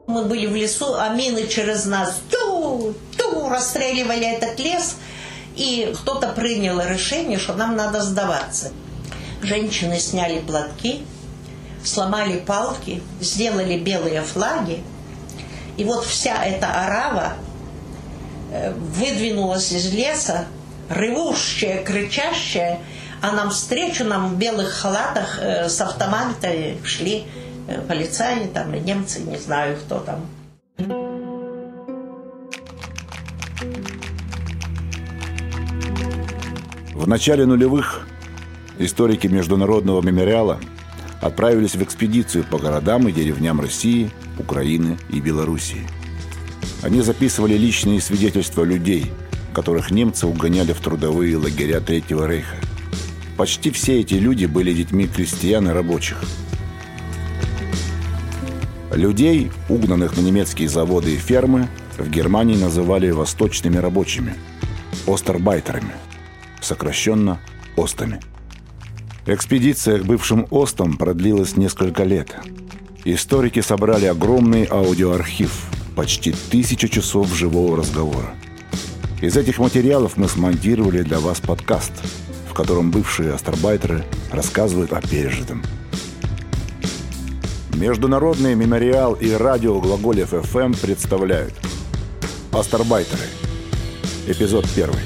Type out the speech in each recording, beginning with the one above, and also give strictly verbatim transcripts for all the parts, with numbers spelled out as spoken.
Мы были в лесу, а мины через нас ту, ту, расстреливали этот лес. И кто-то принял решение, что нам надо сдаваться. Женщины сняли платки, сломали палки, сделали белые флаги. И вот вся эта орава выдвинулась из леса, ревущая, кричащая, а нам встречу, нам в белых халатах э, с автоматами шли э, полицаи, там, и немцы, не знаю, кто там. В начале нулевых историки Международного мемориала отправились в экспедицию по городам и деревням России, Украины и Белоруссии. Они записывали личные свидетельства людей, которых немцы угоняли в трудовые лагеря Третьего рейха. Почти все эти люди были детьми крестьян и рабочих. Людей, угнанных на немецкие заводы и фермы, в Германии называли восточными рабочими – остарбайтерами, сокращенно «остами». Экспедиция к бывшим остам продлилась несколько лет. Историки собрали огромный аудиоархив, почти тысячу часов живого разговора. Из этих материалов мы смонтировали для вас подкаст, в котором бывшие остарбайтеры рассказывают о пережитом. Международный мемориал и радио Глаголев эф эм представляют «Остарбайтеры». Эпизод первый.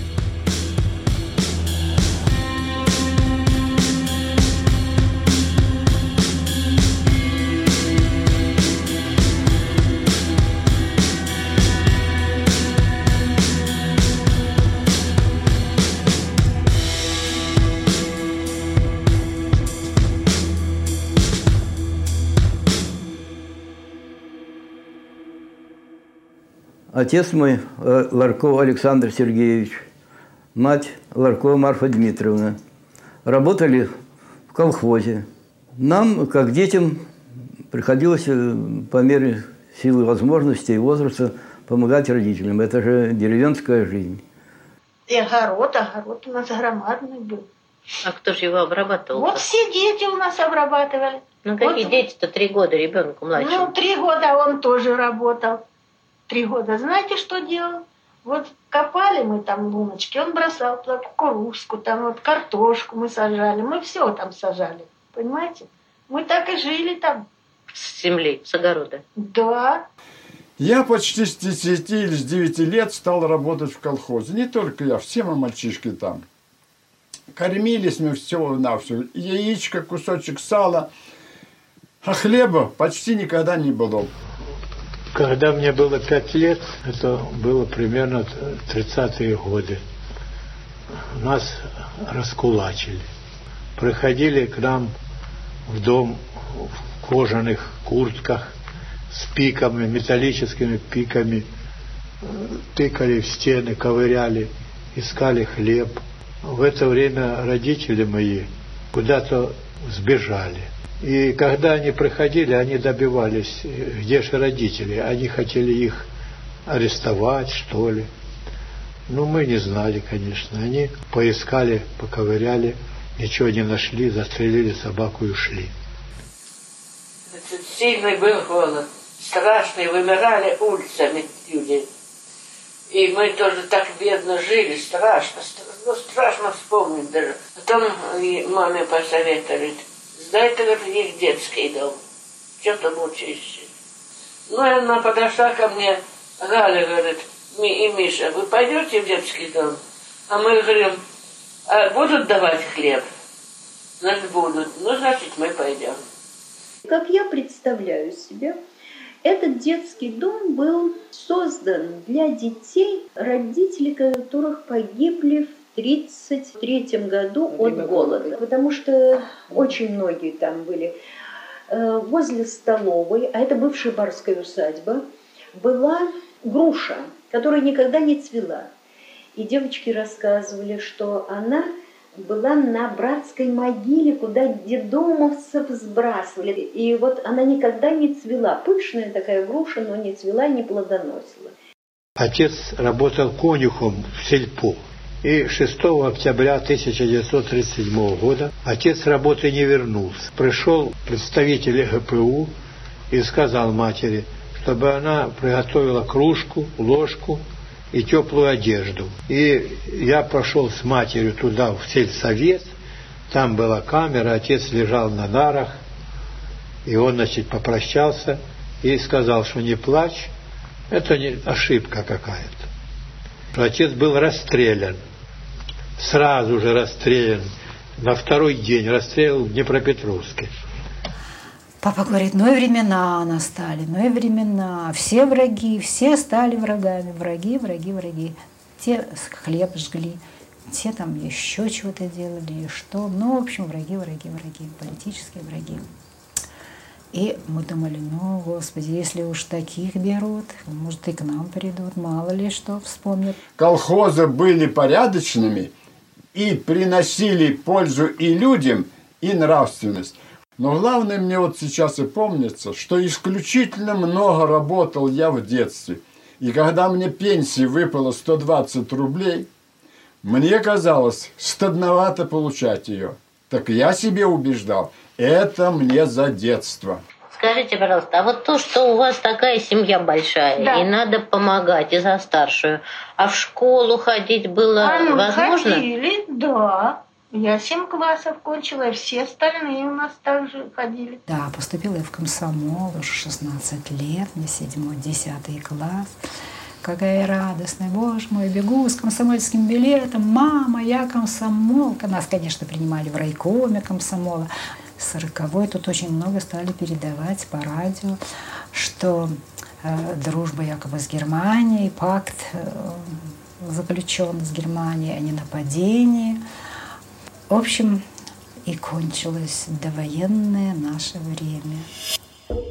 Отец мой Ларков Александр Сергеевич, мать Ларкова Марфа Дмитриевна. Работали в колхозе. Нам, как детям, приходилось по мере силы возможностей и возраста помогать родителям. Это же деревенская жизнь. И огород, огород у нас громадный был. А кто же его обрабатывал? Вот все дети у нас обрабатывали. Ну какие вот, дети-то? Три года ребенку младшему. Ну, три года он тоже работал. Три года. Знаете, что делал? Вот копали мы там луночки, он бросал туда кукурузку, там вот картошку мы сажали, мы все там сажали. Понимаете? Мы так и жили там. С земли, с огорода? Да. Я почти с десяти или с девяти лет стал работать в колхозе. Не только я, все мы мальчишки там. Кормились мы всего-навсего. Яичко, кусочек сала. А хлеба почти никогда не было. Когда мне было пять лет, это было примерно тридцатые годы, нас раскулачили. Приходили к нам в дом в кожаных куртках с пиками, металлическими пиками, тыкали в стены, ковыряли, искали хлеб. В это время родители мои куда-то сбежали. И когда они приходили, они добивались, где же родители. Они хотели их арестовать, что ли. Ну, мы не знали, конечно. Они поискали, поковыряли, ничего не нашли, застрелили собаку и ушли. Сильный был голод, страшный, вымирали улицами люди. И мы тоже так бедно жили, страшно, ну, страшно вспомнить даже. Потом и маме посоветовали: сдай ты, говорит, их детский дом. Чем ты мучаешься? Ну, и она подошла ко мне, Галя говорит, и Миша, вы пойдете в детский дом? А мы говорим, а будут давать хлеб? Значит, будут. Ну, значит, мы пойдем. Как я представляю себе, этот детский дом был создан для детей, родители которых погибли в тридцать третьем году от голода. Потому что очень многие там были. Возле столовой, а это бывшая барская усадьба, была груша, которая никогда не цвела. И девочки рассказывали, что она была на братской могиле, куда детдомовцев сбрасывали. И вот она никогда не цвела. Пышная такая груша, но не цвела и не плодоносила. Отец работал конюхом в сельпо. И шестого октября тысяча девятьсот тридцать седьмого года отец с работы не вернулся. Пришел представитель гэ пэ у и сказал матери, чтобы она приготовила кружку, ложку и теплую одежду. И я пошел с матерью туда, в сельсовет. Там была камера, отец лежал на нарах. И он, значит, попрощался и сказал, что не плачь, это не ошибка какая-то. Отец был расстрелян. Сразу же расстрелян. На второй день расстрелял в Днепропетровске. Папа говорит, ну и времена настали, ну и времена. Все враги, все стали врагами. Враги, враги, враги. Те хлеб жгли, те там еще чего-то делали, и что. Ну, в общем, враги, враги, враги, политические враги. И мы думали, ну, Господи, если уж таких берут, может, и к нам придут, мало ли что вспомнят. Колхозы были порядочными и приносили пользу и людям, и нравственность. Но главное мне вот сейчас и помнится, что исключительно много работал я в детстве. И когда мне пенсии выпало сто двадцать рублей, мне казалось стыдновато получать ее. Так я себе убеждал, это мне за детство. Скажите, пожалуйста, а вот то, что у вас такая семья большая, да, и надо помогать, и за старшую, а в школу ходить было а мы возможно? Ходили, да. Я семь классов кончила, и все остальные у нас также ходили. Да, поступила я в комсомол, уже шестнадцать лет, мне седьмой, десятый класс. Какая я радостная, боже мой, бегу с комсомольским билетом, мама, я комсомолка. Нас, конечно, принимали в райкоме комсомола. Сороковой тут очень много стали передавать по радио, что э, дружба якобы с Германией, пакт э, заключен с Германией о ненападении. В общем, и кончилось довоенное наше время.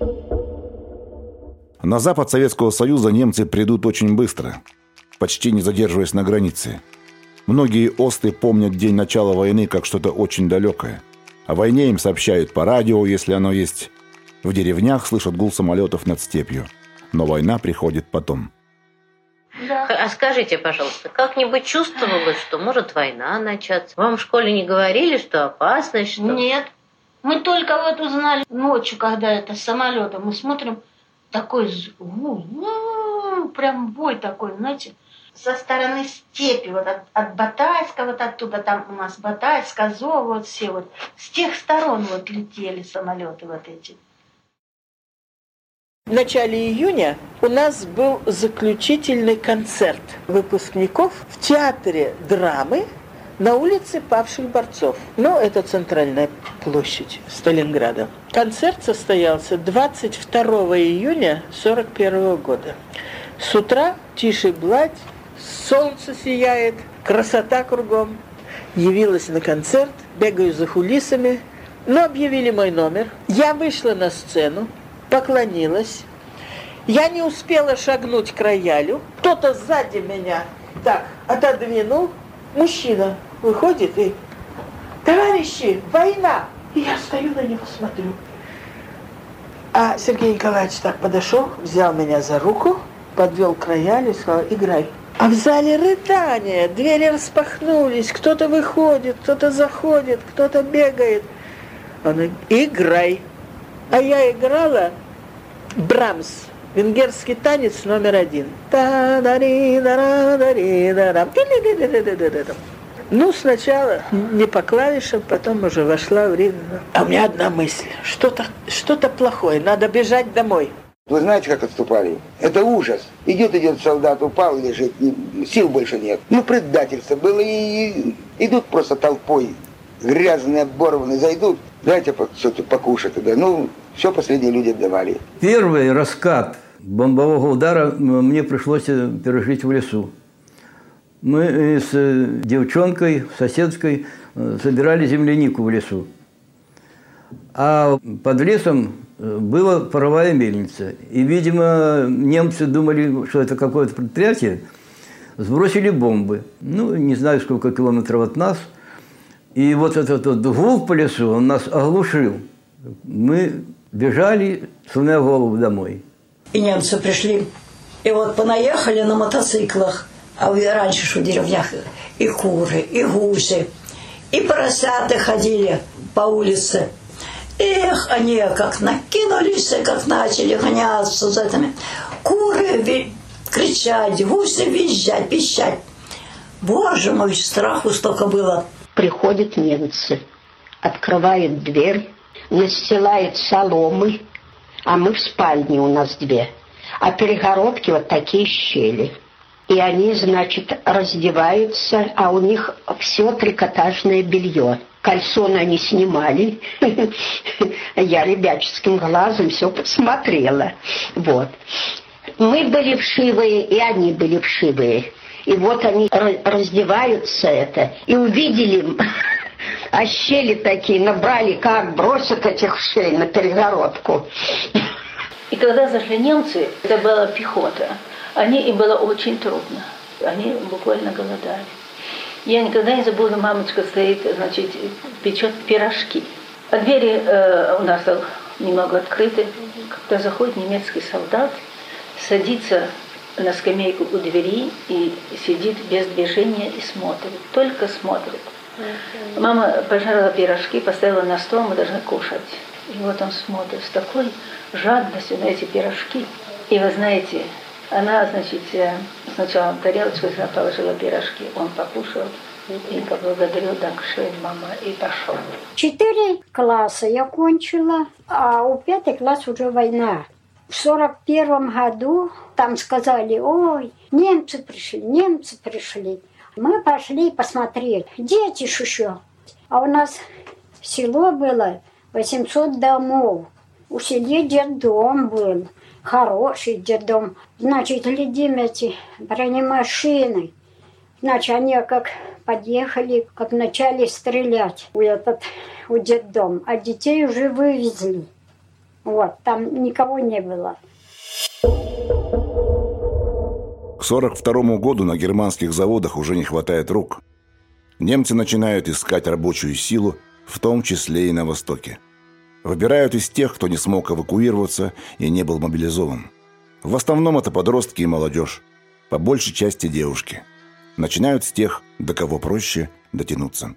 На запад Советского Союза немцы придут очень быстро, почти не задерживаясь на границе. Многие осты помнят день начала войны как что-то очень далекое. О войне им сообщают по радио, если оно есть. В деревнях слышат гул самолетов над степью. Но война приходит потом. Да. А скажите, пожалуйста, как-нибудь чувствовалось, что может война начаться? Вам в школе не говорили, что опасно, что... Нет. Мы только вот узнали ночью, когда это с самолетом. Мы смотрим, такой гул, прям бой такой, знаете. Со стороны степи, вот от, от Батайска, вот оттуда, там у нас Батайск, Азов, вот все вот. С тех сторон вот летели самолеты вот эти. В начале июня у нас был заключительный концерт выпускников в театре драмы на улице Павших борцов. Ну, это центральная площадь Сталинграда. Концерт состоялся двадцать второго июня сорок первого года. С утра тишь и гладь, солнце сияет, красота кругом. Явилась на концерт, бегаю за кулисами, но объявили мой номер. Я вышла на сцену, поклонилась. Я не успела шагнуть к роялю. Кто-то сзади меня так отодвинул. Мужчина выходит и: товарищи, война! И я стою на него, смотрю. А Сергей Николаевич так подошел, взял меня за руку, подвел к роялю и сказал: играй. А в зале рыдания, двери распахнулись, кто-то выходит, кто-то заходит, кто-то бегает. Он говорит: играй. А я играла Брамс, венгерский танец номер один. Ну, сначала не по клавишам, потом уже вошла в ритм. А у меня одна мысль: что-то, что-то плохое, надо бежать домой. Вы знаете, как отступали? Это ужас. Идет, идет солдат, упал, лежит, сил больше нет. Ну, предательство было, и идут просто толпой, грязные, оборванные, зайдут, дайте что-то покушать тогда. Ну, все последние люди отдавали. Первый раскат бомбового удара мне пришлось пережить в лесу. Мы с девчонкой соседской собирали землянику в лесу. А под лесом была паровая мельница. И, видимо, немцы думали, что это какое-то предприятие, сбросили бомбы. Ну, не знаю, сколько километров от нас. И вот этот вот гул по лесу, он нас оглушил. Мы бежали, сломя голову, домой. И немцы пришли. И вот понаехали на мотоциклах. А раньше что в деревнях и куры, и гуси, и поросята ходили по улице. Эх, они как накинулись, как начали гоняться за этими. Куры кричать, гуси визжать, пищать. Боже мой, страху столько было. Приходят немцы, открывают дверь, настилают соломы, а мы в спальне у нас две. А перегородки вот такие щели. И они, значит, раздеваются, а у них все трикотажное белье. Кальсоны они снимали. Я ребяческим глазом все посмотрела. Вот. Мы были вшивые, и они были вшивые. И вот они раздеваются это, и увидели, а щели такие набрали, как бросят этих щелей на перегородку. И когда зашли немцы, это была пехота. Они, им было очень трудно. Они буквально голодали. Я никогда не забуду, мамочка стоит, значит, печет пирожки. А двери э, у нас немного открыты. Когда заходит немецкий солдат, садится на скамейку у двери и сидит без движения и смотрит. Только смотрит. Мама пожарила пирожки, поставила на стол, мы должны кушать. И вот он смотрит с такой жадностью на эти пирожки. И вы знаете, она, значит, сначала на тарелочку положила пирожки, он покушал и поблагодарил, данкшейн, мама, и пошел. Четыре класса я кончила, а у пятый класс уже война. В сорок первом году там сказали, ой, немцы пришли, немцы пришли. Мы пошли посмотреть, дети ж еще. А у нас село было восемьсот домов. У селе детдом был, хороший детдом. Значит, глядим эти бронемашины. Значит, они как подъехали, как начали стрелять у этот, у детдом. А детей уже вывезли. Вот, там никого не было. К сорок второму году на германских заводах уже не хватает рук. Немцы начинают искать рабочую силу, в том числе и на Востоке. Выбирают из тех, кто не смог эвакуироваться и не был мобилизован. В основном это подростки и молодежь, по большей части девушки. Начинают с тех, до кого проще дотянуться.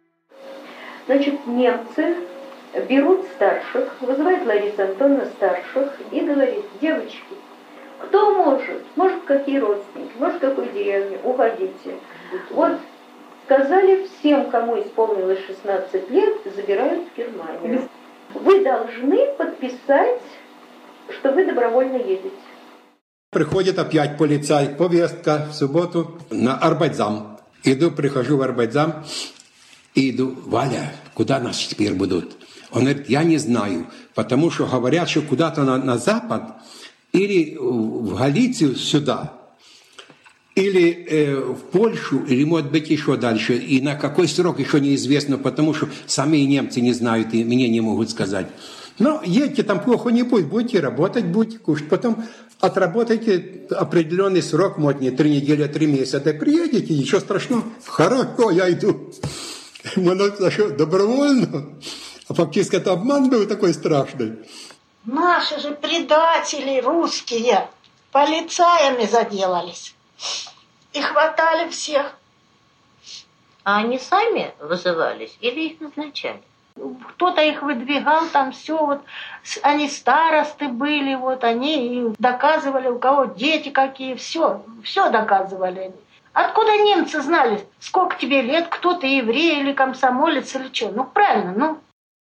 Значит, немцы берут старших, вызывает Лариса Антоновна старших и говорит, девочки, кто может, может какие родственники, может какой деревне, уходите. Вот сказали всем, кому исполнилось шестнадцать лет, забирают в Германию. Вы должны подписать, что вы добровольно едете. Приходит опять полицай, повестка в субботу на Арбайтзам. Иду, прихожу в Арбайтзам и иду, Валя, куда нас теперь будут? Он говорит, я не знаю, потому что говорят, что куда-то на, на запад, или в Галицию сюда, или э, в Польшу, или, может быть, еще дальше. И на какой срок еще неизвестно, потому что сами немцы не знают и мне не могут сказать. Но едьте, там плохо не будет, будете работать, будете кушать. Потом отработайте определенный срок, может, не три недели, а три месяца. Да приедете, ничего страшного. Хорошо, я иду. Можно что, добровольно. А фактически это обман был такой страшный. Наши же предатели русские полицаями заделались. И хватали всех. А они сами вызывались или их назначали? Кто-то их выдвигал, там все вот, они старосты были, вот они доказывали, у кого дети какие, все, все доказывали. Откуда немцы знали, сколько тебе лет, кто ты, еврей или комсомолец или что? Ну правильно, ну.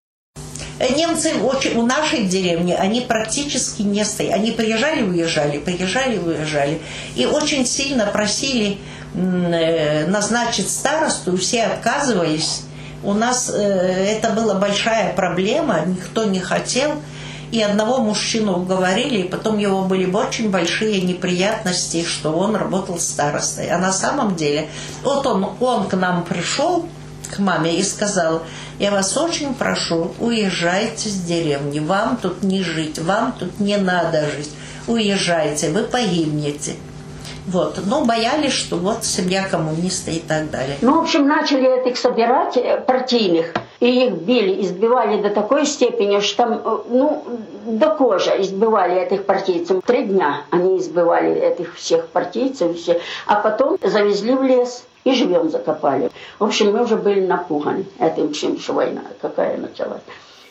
Немцы очень, у нашей деревни, они практически не стоят. Они приезжали, уезжали, приезжали, уезжали. И очень сильно просили назначить старосту, все отказывались. У нас это была большая проблема, никто не хотел. И одного мужчину уговорили, и потом его были очень большие неприятности, что он работал старостой. А на самом деле, вот он, он к нам пришел, к маме, и сказал, я вас очень прошу, уезжайте с деревни, вам тут не жить, вам тут не надо жить, уезжайте, вы погибнете. Вот, но боялись, что вот семья коммуниста и так далее. Ну, в общем, начали этих собирать, партийных, и их били, избивали до такой степени, что там, ну, до кожи избивали этих партийцев. Три дня они избивали этих всех партийцев, все, а потом завезли в лес. И живем закопали. В общем, мы уже были напуганы этим всем, что война какая началась.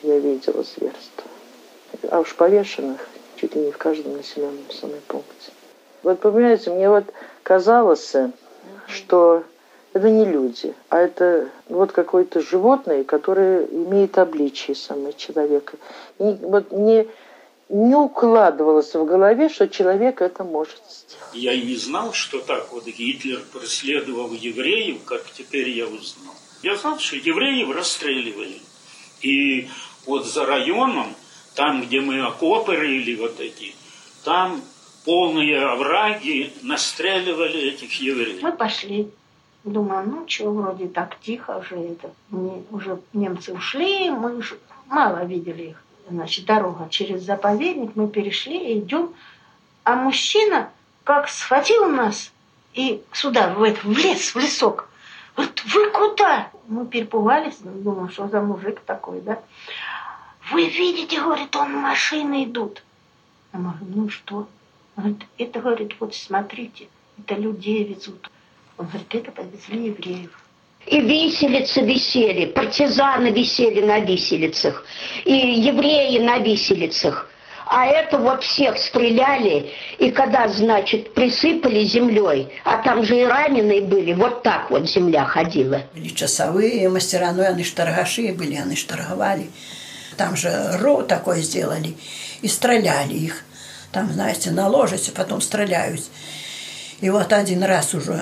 я видела зверство. А уж повешенных чуть ли не в каждом населенном пункте. Вот понимаете, мне вот казалось, что это не люди, а это вот какое-то животное, которое имеет обличие самого человека. И вот мне не укладывалось в голове, что человек это может сделать. Я и не знал, что так вот Гитлер преследовал евреев, как теперь я узнал. Я знал, что евреев расстреливали. И вот за районом, там, где мы окопы рыли вот эти, там полные овраги настреливали этих евреев. Мы пошли. Думаю, ну что, вроде так тихо уже это. Не, уже немцы ушли, мы уже мало видели их. Значит, дорога через заповедник, мы перешли и идем. А мужчина как схватил нас и сюда, в, это, в лес, в лесок. Вот вы куда? Мы перепугались, думаю, что за мужик такой, да? Вы видите, говорит, он машины идут. Я говорю, ну что? Он говорит, это, говорит, вот смотрите, это людей везут. Он говорит, это повезли евреев. И виселицы висели, партизаны висели на виселицах, и евреи на виселицах. А это вот всех стреляли, и когда, значит, присыпали землей, а там же и раненые были, вот так вот земля ходила. Были часовые, мастера, ну, они шторгаши были, они шторговали. Там же ров такой сделали, и стреляли их. Там, знаете, наложите, потом стреляют. И вот один раз уже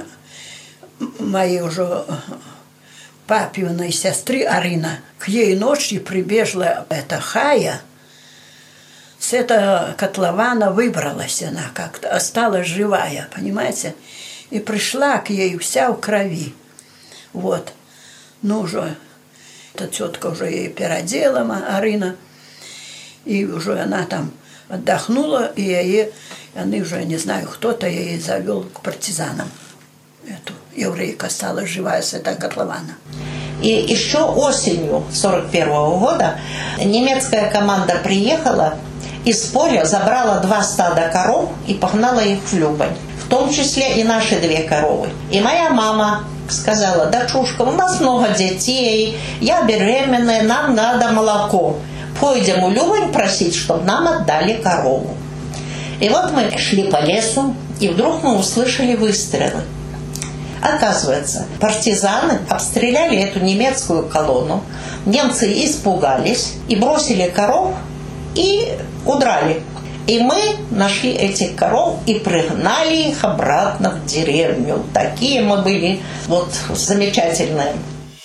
мои уже папиной сестры Арина, к ей ночью прибежала эта Хая, с этого котлована выбралась она как-то, осталась живая, понимаете? И пришла к ей вся в крови. Вот. Ну уже, эта тетка уже ей переодела, Арина, и уже она там отдохнула, и ей, они уже, не знаю, кто-то ей завел к партизанам. Эту еврейка стала живая с этой котлована. И еще осенью сорок первого года немецкая команда приехала, из поля забрала два стада коров и погнала их в Любань. В том числе и наши две коровы. И моя мама сказала, дочушка, у нас много детей, я беременная, нам надо молоко. Пойдем в Любань просить, чтобы нам отдали корову. И вот мы шли по лесу, и вдруг мы услышали выстрелы. Оказывается, партизаны обстреляли эту немецкую колонну, немцы испугались и бросили коров и удрали. И мы нашли этих коров и пригнали их обратно в деревню. Такие мы были вот замечательные.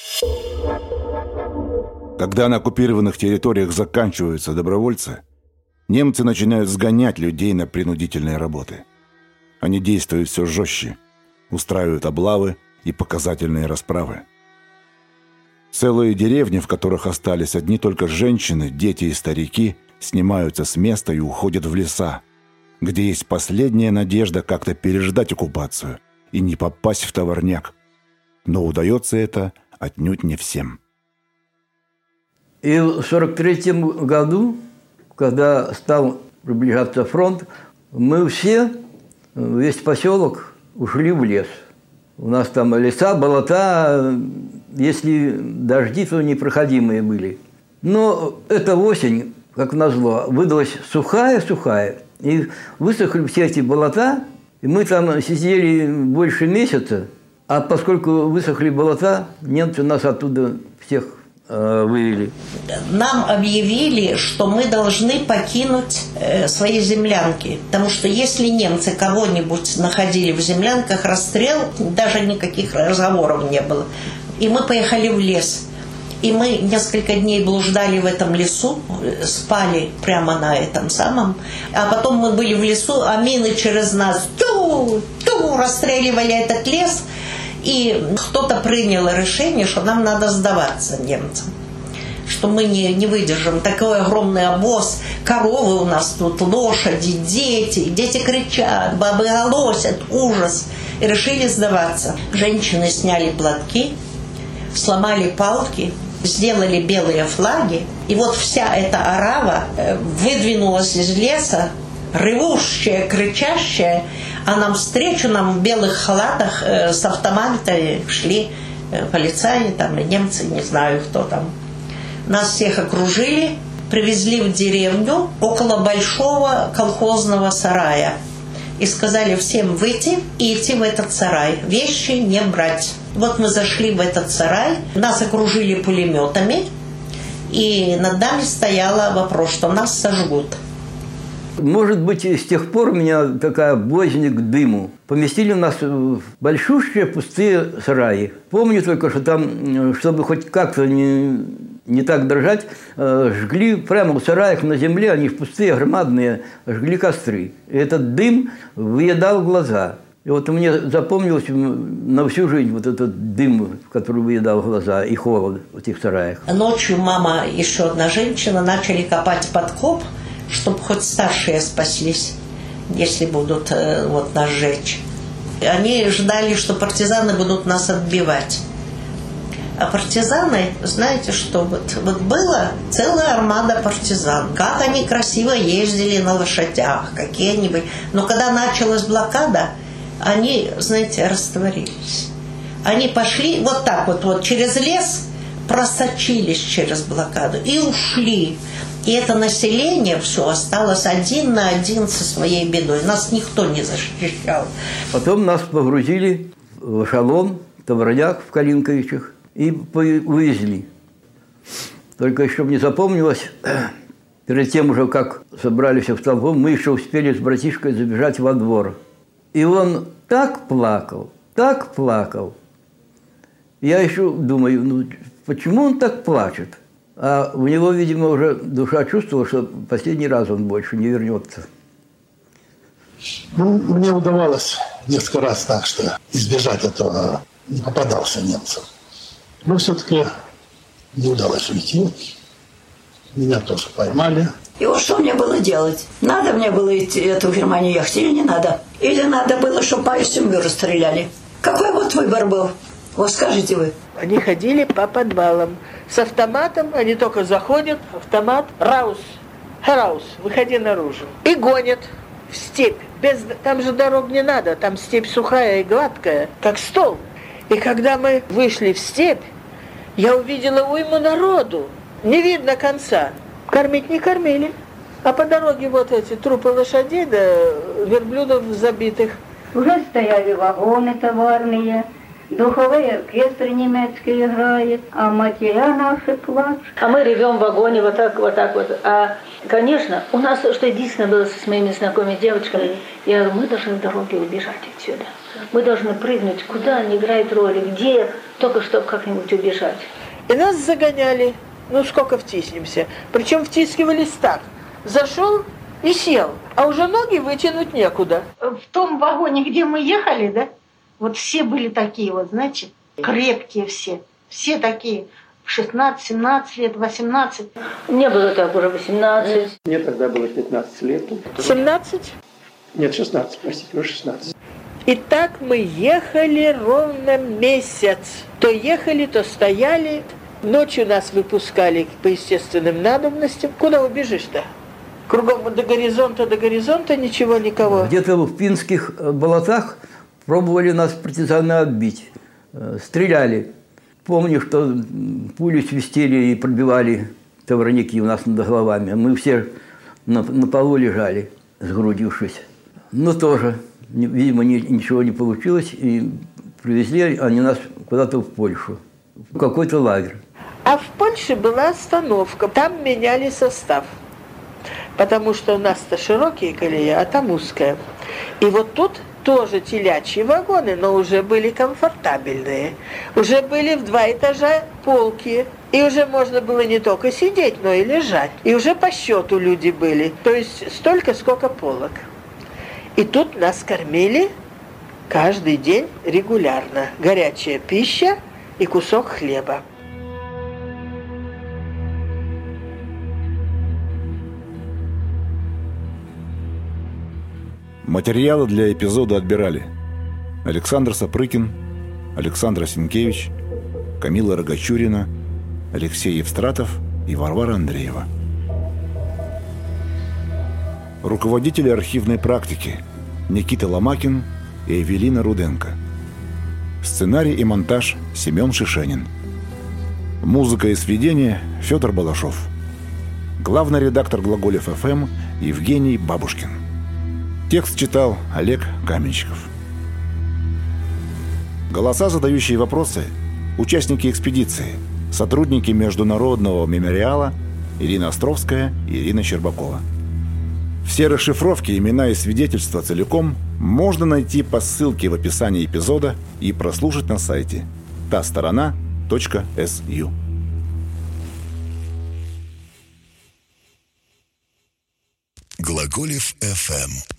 Когда на оккупированных территориях заканчиваются добровольцы, немцы начинают сгонять людей на принудительные работы. Они действуют все жестче, устраивают облавы и показательные расправы. Целые деревни, в которых остались одни только женщины, дети и старики, снимаются с места и уходят в леса, где есть последняя надежда как-то переждать оккупацию и не попасть в товарняк. Но удается это отнюдь не всем. И в сорок третьем году, когда стал приближаться фронт, мы все, весь поселок, ушли в лес. У нас там леса, болота, если дожди, то непроходимые были. Но эта осень, как назло, выдалась сухая-сухая. И высохли все эти болота, и мы там сидели больше месяца. А поскольку высохли болота, немцы нас оттуда всех э, вывели. Нам объявили, что мы должны покинуть э, свои землянки. Потому что если немцы кого-нибудь находили в землянках, расстрел, даже никаких разговоров не было. И мы поехали в лес. И мы несколько дней блуждали в этом лесу, спали прямо на этом самом. А потом мы были в лесу, а мины через нас тю, тю, расстреливали этот лес. И кто-то принял решение, что нам надо сдаваться немцам. Что мы не, не выдержим. Такой огромный обоз, коровы у нас тут, лошади, дети. Дети кричат, бабы голосят, ужас. И решили сдаваться. Женщины сняли платки, сломали палки, сделали белые флаги. И вот вся эта орава выдвинулась из леса, ревущая, кричащая, а нам встречу, нам в белых халатах э, с автоматами шли э, полицаи там, и немцы, не знаю кто там. Нас всех окружили, привезли в деревню около большого колхозного сарая. И сказали всем выйти и идти в этот сарай. Вещи не брать. Вот мы зашли в этот сарай, нас окружили пулеметами, и над нами стоял вопрос, что нас сожгут. Может быть, с тех пор у меня такая боязнь к дыму. Поместили нас в большущие пустые сараи. Помню только, что там, чтобы хоть как-то не, не так дрожать, жгли прямо в сараях на земле, они пустые, громадные, жгли костры. И этот дым выедал глаза. И вот мне запомнилось на всю жизнь вот этот дым, который выедал глаза, и холод в этих сараях. Ночью мама и еще одна женщина начали копать подкоп, чтобы хоть старшие спаслись, если будут э, вот, нас сжечь. Они ждали, что партизаны будут нас отбивать. А партизаны, знаете что, вот, вот была целая армада партизан. Как они красиво ездили на лошадях, какие они были. Но когда началась блокада, они, знаете, растворились. Они пошли вот так вот, вот через лес, просочились через блокаду и ушли. И это население все осталось один на один со своей бедой. Нас никто не защищал. Потом нас погрузили в эшелон, товарняк в Калинковичах, и увезли. Только еще мне запомнилось, перед тем уже, как собрались в толпу, мы еще успели с братишкой забежать во двор. И он так плакал, так плакал. Я еще думаю, ну почему он так плачет? А у него, видимо, уже душа чувствовала, что последний раз он больше не вернется. Ну, мне удавалось несколько раз так, что избежать этого, не попадался немцам. Но все-таки не удалось уйти. Меня тоже поймали. И вот что мне было делать? Надо мне было идти эту в Германию ехать или не надо? Или надо было, чтобы мою семью расстреляли? Какой вот выбор был? Вот скажите вы. Они ходили по подвалам. С автоматом они только заходят, автомат, раус, раус, выходи наружу. И гонят в степь. Без, там же дорог не надо, там степь сухая и гладкая, как стол. И когда мы вышли в степь, я увидела уйму народу. Не видно конца. Кормить не кормили. А по дороге вот эти трупы лошадей, да верблюдов забитых. Уже стояли вагоны товарные. Духовые оркестры немецкие играют, а матеря наши плачут. А мы ревем в вагоне вот так, вот так вот. А, конечно, у нас, что единственное было с моими знакомыми девочками, я говорю, мы должны в дороге убежать отсюда. Мы должны прыгнуть, куда не играет роли, где, только чтобы как-нибудь убежать. И нас загоняли, ну сколько втиснемся. Причем втискивались так. Зашел и сел, а уже ноги вытянуть некуда. В том вагоне, где мы ехали, да? Вот все были такие вот, знаете, крепкие все. Все такие, шестнадцать, семнадцать лет, восемнадцать. Мне было так уже восемнадцать. Мне тогда было пятнадцать лет. семнадцать? Нет, шестнадцать, простите, уже шестнадцать. И так мы ехали ровно месяц. То ехали, то стояли. Ночью нас выпускали по естественным надобностям. Куда убежишь-то? Кругом до горизонта, до горизонта, ничего, никого. Где-то в Пинских болотах пробовали нас партизаны отбить. Стреляли. Помню, что пули свистели и пробивали товарники у нас над головами. Мы все на, на полу лежали, сгрудившись. Но тоже, видимо, ничего не получилось. И привезли они нас куда-то в Польшу, в какой-то лагерь. А в Польше была остановка. Там меняли состав. Потому что у нас-то широкие колеи, а там узкая. И вот тут тоже телячьи вагоны, но уже были комфортабельные. Уже были в два этажа полки. И уже можно было не только сидеть, но и лежать. И уже по счету люди были. То есть столько, сколько полок. И тут нас кормили каждый день регулярно. Горячая пища и кусок хлеба. Материалы для эпизода отбирали Александр Сапрыкин, Александра Сенкевич, Камила Рогачурина, Алексей Евстратов и Варвара Андреева. Руководители архивной практики Никита Ломакин и Эвелина Руденко. Сценарий и монтаж Семен Шишенин. Музыка и сведения Федор Балашов. Главный редактор Глаголев эф эм Евгений Бабушкин. Текст читал Олег Каменщиков. Голоса, задающие вопросы – участники экспедиции, сотрудники Международного мемориала Ирина Островская и Ирина Щербакова. Все расшифровки, имена и свидетельства целиком можно найти по ссылке в описании эпизода и прослушать на сайте та сторона точка эс ю. Глаголев эф эм.